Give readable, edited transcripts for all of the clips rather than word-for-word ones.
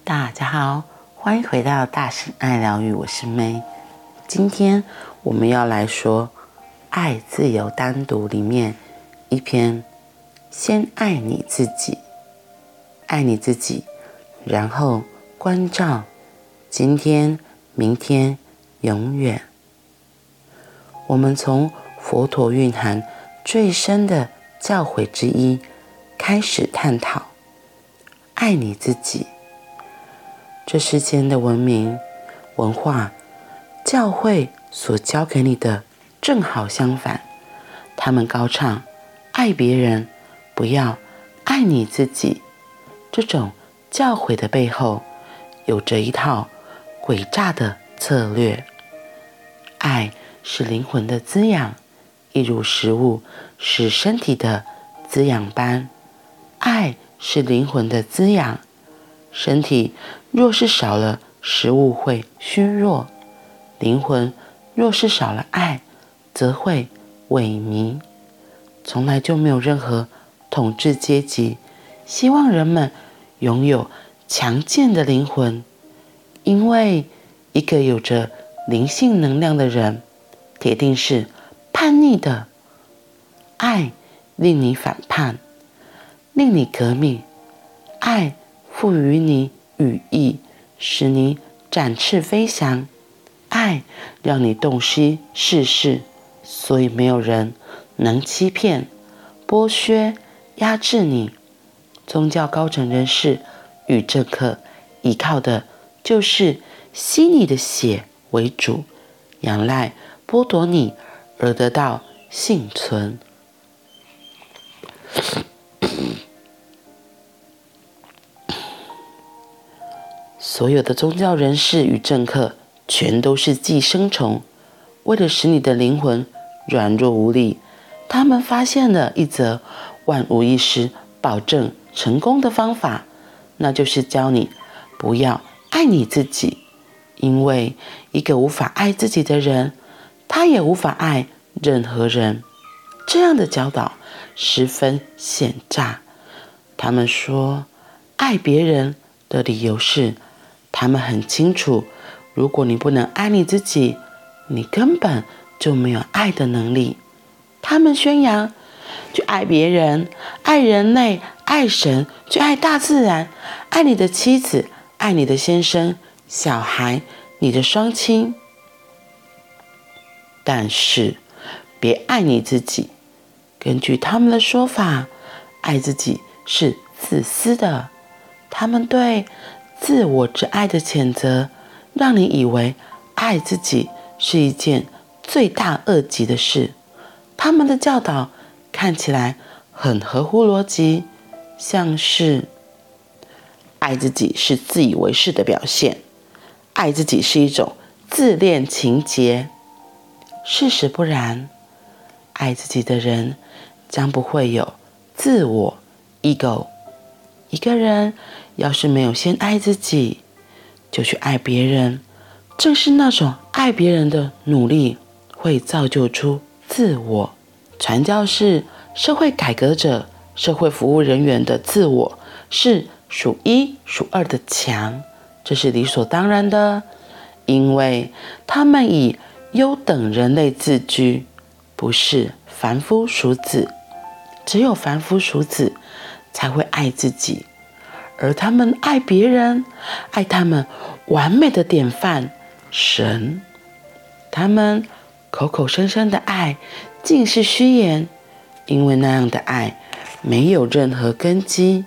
大家好，欢迎回到大神爱疗愈，我是 May。今天我们要来说《爱自由单独》里面一篇，先爱你自己，爱你自己，然后关照今天、明天、永远。我们从佛陀蕴含最深的教诲之一开始探讨爱你自己。这世间的文明、文化、教会所教给你的正好相反，他们高唱爱别人，不要爱你自己。这种教诲的背后，有着一套诡诈的策略。爱是灵魂的滋养，一如食物是身体的滋养般，爱是灵魂的滋养。身体若是少了食物会虚弱，灵魂若是少了爱则会萎靡。从来就没有任何统治阶级希望人们拥有强健的灵魂，因为一个有着灵性能量的人铁定是叛逆的。爱令你反叛，令你革命，爱赋予你羽翼，使你展翅飞翔，爱让你洞悉世事，所以没有人能欺骗、剥削、压制你。宗教高层人士与政客依靠的就是吸你的血为主，仰赖剥夺你而得到幸存。所有的宗教人士与政客全都是寄生虫，为了使你的灵魂软弱无力，他们发现了一则万无一失、保证成功的方法，那就是教你不要爱你自己。因为一个无法爱自己的人，他也无法爱任何人。这样的教导十分险诈。他们说爱别人的理由是，他们很清楚，如果你不能爱你自己，你根本就没有爱的能力。他们宣扬去爱别人，爱人类，爱神，去爱大自然，爱你的妻子，爱你的先生、小孩，你的双亲。但是别爱你自己。根据他们的说法，爱自己是自私的。他们对自我之爱的谴责，让你以为爱自己是一件罪大恶极的事。他们的教导看起来很合乎逻辑，像是爱自己是自以为是的表现，爱自己是一种自恋情结。事实不然，爱自己的人将不会有自我 ego。 一个人要是没有先爱自己，就去爱别人，正是那种爱别人的努力会造就出自我。传教士、社会改革者、社会服务人员的自我是数一数二的强，这是理所当然的，因为他们以优等人类自居，不是凡夫俗子。只有凡夫俗子才会爱自己，而他们爱别人，爱他们完美的典范神。他们口口声声的爱尽是虚言，因为那样的爱没有任何根基。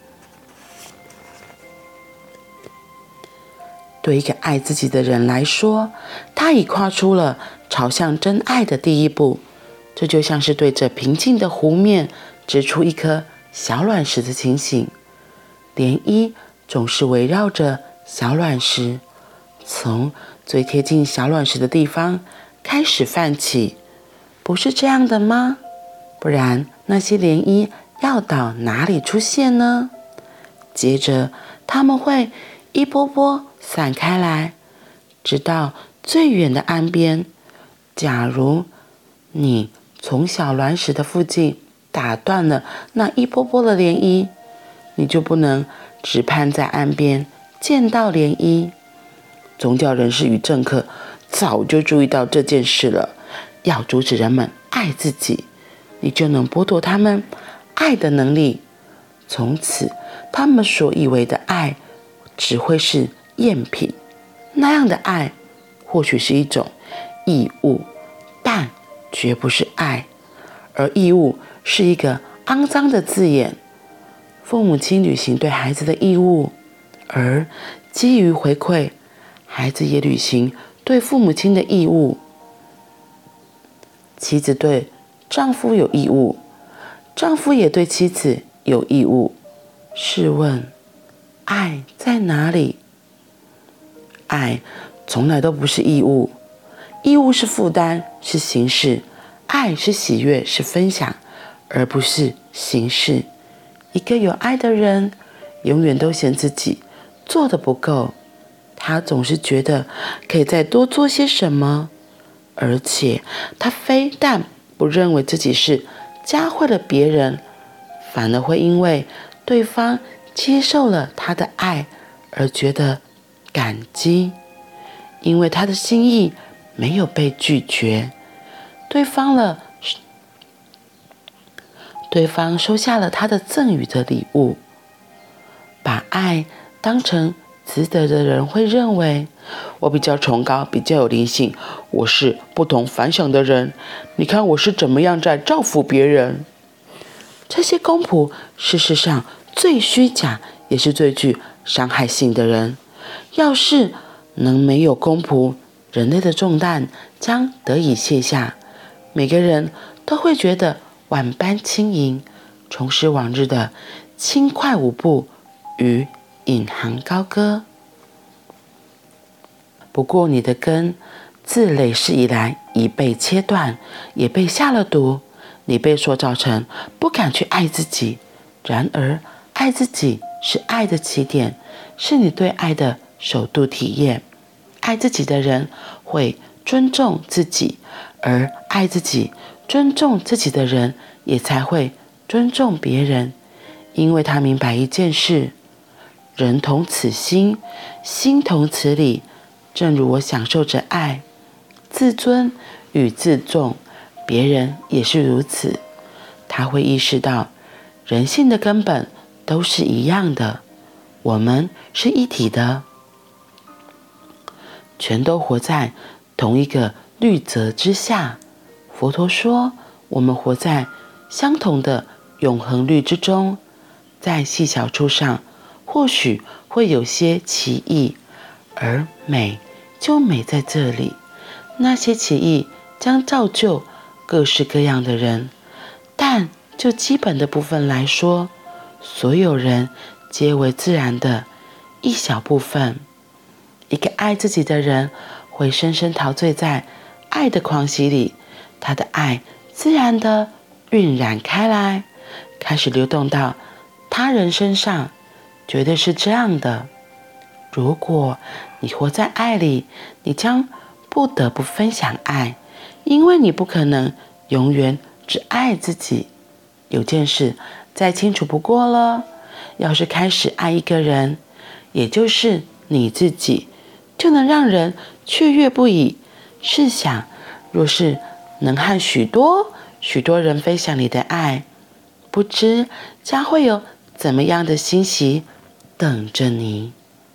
对一个爱自己的人来说，他已跨出了朝向真爱的第一步。这就像是对着平静的湖面掷出一颗小卵石的情形。涟漪总是围绕着小卵石，从最贴近小卵石的地方开始泛起，不是这样的吗？不然那些涟漪要到哪里出现呢？接着它们会一波波散开来，直到最远的岸边。假如你从小卵石的附近打断了那一波波的涟漪，你就不能只盼在岸边见到涟漪。宗教人士与政客早就注意到这件事了，要阻止人们爱自己，你就能剥夺他们爱的能力。从此，他们所以为的爱只会是赝品。那样的爱或许是一种义务，但绝不是爱。而义务是一个肮脏的字眼。父母亲履行对孩子的义务，而基于回馈，孩子也履行对父母亲的义务。妻子对丈夫有义务，丈夫也对妻子有义务。试问，爱在哪里？爱从来都不是义务，义务是负担，是形式；爱是喜悦，是分享，而不是形式。一个有爱的人，永远都嫌自己做得不够，他总是觉得可以再多做些什么，而且他非但不认为自己是教会了别人，反而会因为对方接受了他的爱而觉得感激，因为他的心意没有被拒绝，对方收下了他的赠予的礼物。把爱当成值得的人会认为，我比较崇高，比较有灵性，我是不同凡响的人，你看我是怎么样在造福别人。这些公仆事实上最虚假也是最具伤害性的人。要是能没有公仆，人类的重担将得以卸下，每个人都会觉得万般轻盈，重拾往日的轻快舞步与引吭高歌。不过你的根自累世以来已被切断，也被下了毒，你被塑造成不敢去爱自己。然而爱自己是爱的起点，是你对爱的首度体验。爱自己的人会尊重自己，而爱自己、尊重自己的人也才会尊重别人，因为他明白一件事：人同此心，心同此理。正如我享受着爱、自尊与自重，别人也是如此。他会意识到，人性的根本都是一样的，我们是一体的，全都活在同一个律则之下。佛陀说，我们活在相同的永恒律之中，在细小处上或许会有些歧义，而美就美在这里。那些歧义将造就各式各样的人，但就基本的部分来说，所有人皆为自然的一小部分。一个爱自己的人会深深陶醉在爱的狂喜里，他的爱自然的晕染开来，开始流动到他人身上，绝对是这样的。如果你活在爱里，你将不得不分享爱，因为你不可能永远只爱自己。有件事再清楚不过了，要是开始爱一个人，也就是你自己，就能让人雀跃不已。试想，若是能和许多人分享你的爱，不知将会有怎么样的欣喜等着你。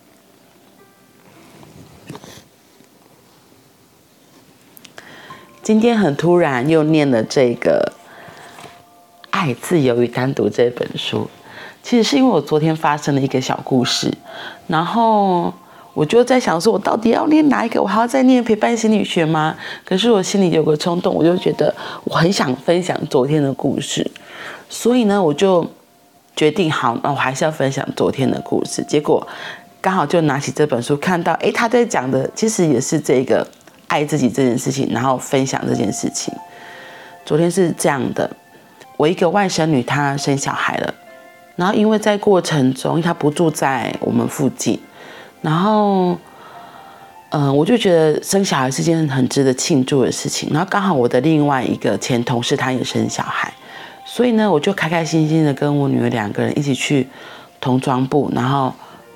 今天很突然又念了这个《爱、自由与单独》这本书，其实是因为我昨天发生了一个小故事，然后我就在想说，我到底要念哪一个？我还要再念陪伴心理学吗？可是我心里有个冲动，我就觉得我很想分享昨天的故事，所以呢，我就决定好，那我还是要分享昨天的故事。结果刚好就拿起这本书，看到他在讲的其实也是这个爱自己这件事情，然后分享这件事情。昨天是这样的，我一个外甥女她生小孩了，然后因为在过程中，因为她不住在我们附近，然后我就觉得生小孩是件很值得庆祝的事情。然后刚好我的另外一个前同事她也生小孩，所以呢，我就开开心心的跟我女儿2个人一起去童装部，然后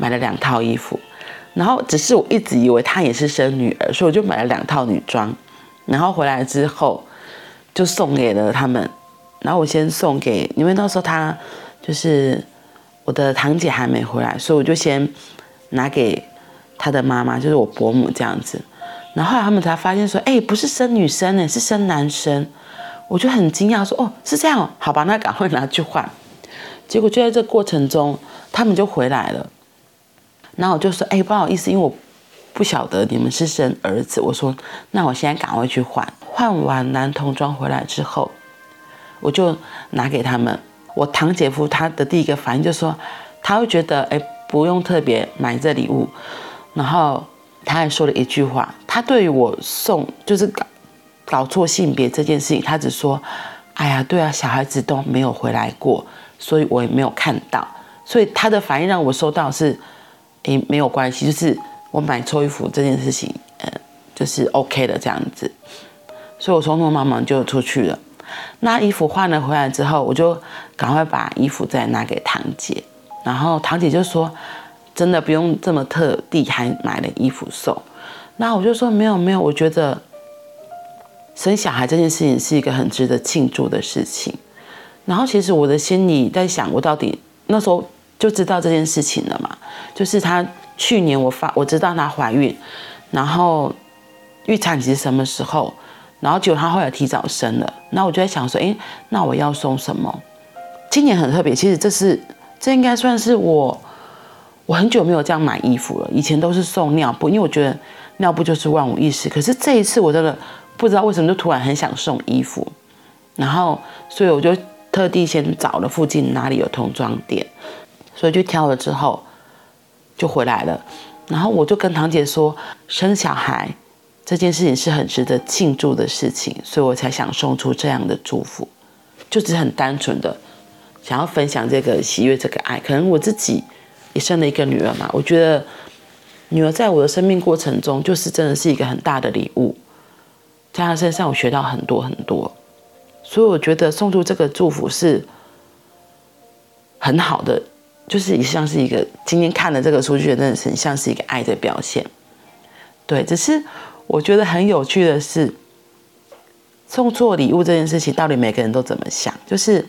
买了2套衣服，然后只是我一直以为她也是生女儿，所以我就买了2套女装，然后回来之后就送给了他们。然后我先送给，因为那时候她就是我的堂姐还没回来，所以我就先拿给她的妈妈，就是我伯母这样子。然后后来他们才发现说，不是生女生呢，是生男生。我就很惊讶说，哦，是这样哦，好吧，那赶快拿去换。结果就在这过程中，他们就回来了。然后我就说，不好意思，因为我不晓得你们是生儿子。我说，那我现在赶快去换。换完男童装回来之后，我就拿给他们。我堂姐夫他的第一个反应就说，他会觉得不用特别买这礼物。然后他还说了一句话，他对于我送就是搞错性别这件事情，他只说，哎呀，对啊，小孩子都没有回来过，所以我也没有看到。所以他的反应让我收到是，没有关系，就是我买错衣服这件事情，就是 OK 的这样子。所以我匆匆忙忙就出去了。那衣服换了回来之后，我就赶快把衣服再拿给堂姐，然后堂姐就说，真的不用这么特地还买了衣服送。那我就说没有，我觉得生小孩这件事情是一个很值得庆祝的事情。然后其实我的心里在想，我到底那时候就知道这件事情了嘛，就是她去年我知道她怀孕，然后预产期是什么时候，然后结果她后来提早生了。那我就在想说，那我要送什么？今年很特别，其实这应该算是我很久没有这样买衣服了。以前都是送尿布，因为我觉得尿布就是万无一失。可是这一次我真的不知道为什么就突然很想送衣服，然后所以我就特地先找了附近哪里有童装店，所以就挑了之后就回来了。然后我就跟堂姐说，生小孩这件事情是很值得庆祝的事情，所以我才想送出这样的祝福，就只是很单纯的想要分享这个喜悦，这个爱。可能我自己也生了一个女儿嘛，我觉得女儿在我的生命过程中就是真的是一个很大的礼物，在她身上我学到很多很多，所以我觉得送出这个祝福是很好的，就是也像是一个今天看了这个书，就觉得真的很像是一个爱的表现。对，只是我觉得很有趣的是，送错礼物这件事情到底每个人都怎么想？就是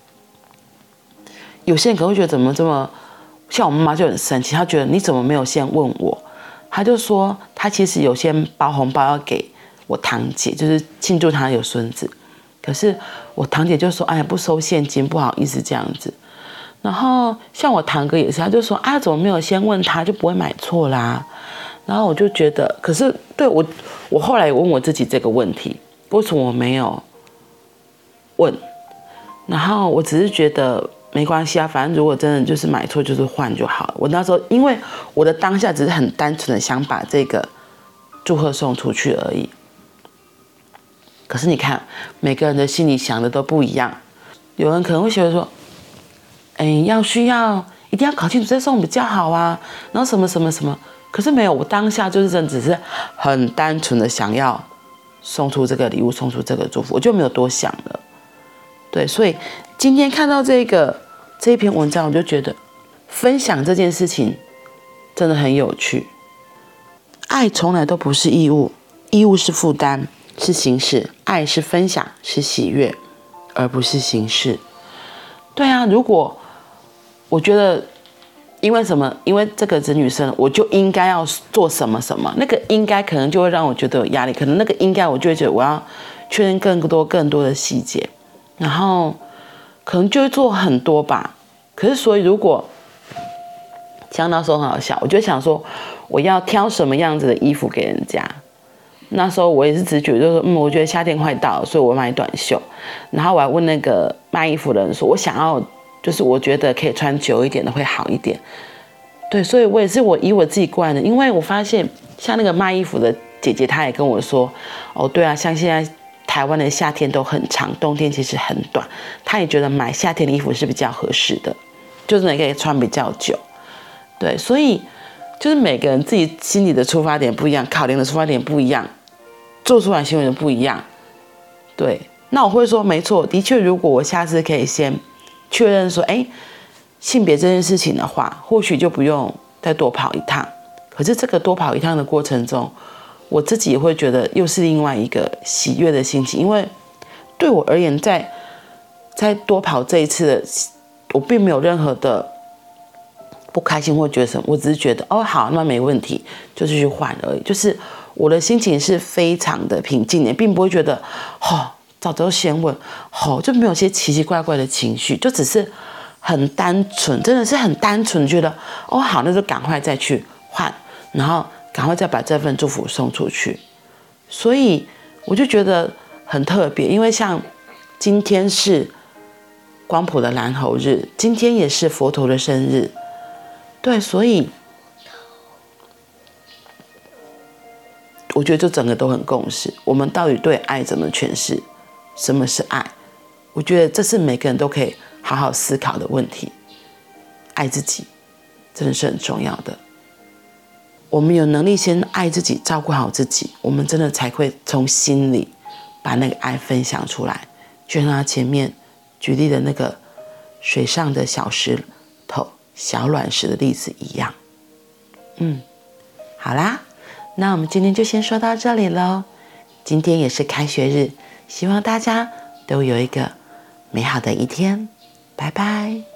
有些人可能会觉得怎么这么，像我妈妈就很生气，她觉得你怎么没有先问我？她就说她其实有先包红包要给我堂姐，就是庆祝她有孙子。可是我堂姐就说，哎呀，不收现金，不好意思这样子。然后像我堂哥也是，他就说，啊，怎么没有先问他，就不会买错啦。然后我就觉得，可是对我后来也问我自己这个问题，为什么我没有问？然后我只是觉得没关系啊，反正如果真的就是买错，就是换就好了。我那时候因为我的当下只是很单纯的想把这个祝贺送出去而已。可是你看，每个人的心里想的都不一样。有人可能会觉得说，需要一定要搞清楚再送比较好啊，然后什么什么什么。可是没有，我当下就是真的只是很单纯的想要送出这个礼物，送出这个祝福，我就没有多想了。对，所以今天看到这一篇文章，我就觉得分享这件事情真的很有趣。爱从来都不是义务，义务是负担，是形式；爱是分享，是喜悦，而不是形式。对啊，如果我觉得因为什么，因为这个是女生，我就应该要做什么什么，那个应该可能就会让我觉得有压力，可能那个应该我就会觉得我要确认更多的细节，然后可能就会做很多吧。可是所以如果像那时候很好笑，我就想说我要挑什么样子的衣服给人家。那时候我也是直觉就是我觉得夏天快到了，所以我买短袖。然后我还问那个卖衣服的人说，我想要就是我觉得可以穿久一点的会好一点。对，所以我也是以我自己过来的，因为我发现像那个卖衣服的姐姐，她也跟我说，哦，对啊，像现在台湾的夏天都很长，冬天其实很短，她也觉得买夏天的衣服是比较合适的，就是你可以穿比较久。对，所以就是每个人自己心里的出发点不一样，考量的出发点不一样，做出来行为的不一样。对，那我会说没错，的确，如果我下次可以先确认说，性别这件事情的话，或许就不用再多跑一趟。可是这个多跑一趟的过程中，我自己也会觉得又是另外一个喜悦的心情，因为对我而言，在多跑这一次的，我并没有任何的不开心或觉得什么，我只是觉得好，那没问题，就继续换而已。就是我的心情是非常的平静的，并不会觉得早就先问，就没有些奇奇怪怪的情绪，就只是很单纯，真的是很单纯，觉得好，那就赶快再去换，然后赶快再把这份祝福送出去。所以我就觉得很特别，因为像今天是光谱的蓝猴日，今天也是佛陀的生日，对，所以我觉得就整个都很共识。我们到底对爱怎么诠释？什么是爱？我觉得这是每个人都可以好好思考的问题。爱自己真的是很重要的。我们有能力先爱自己，照顾好自己，我们真的才会从心里把那个爱分享出来。就像他前面举例的那个水上的小石头、小卵石的例子一样。好啦，那我们今天就先说到这里咯。今天也是开学日，希望大家都有一个美好的一天。拜拜。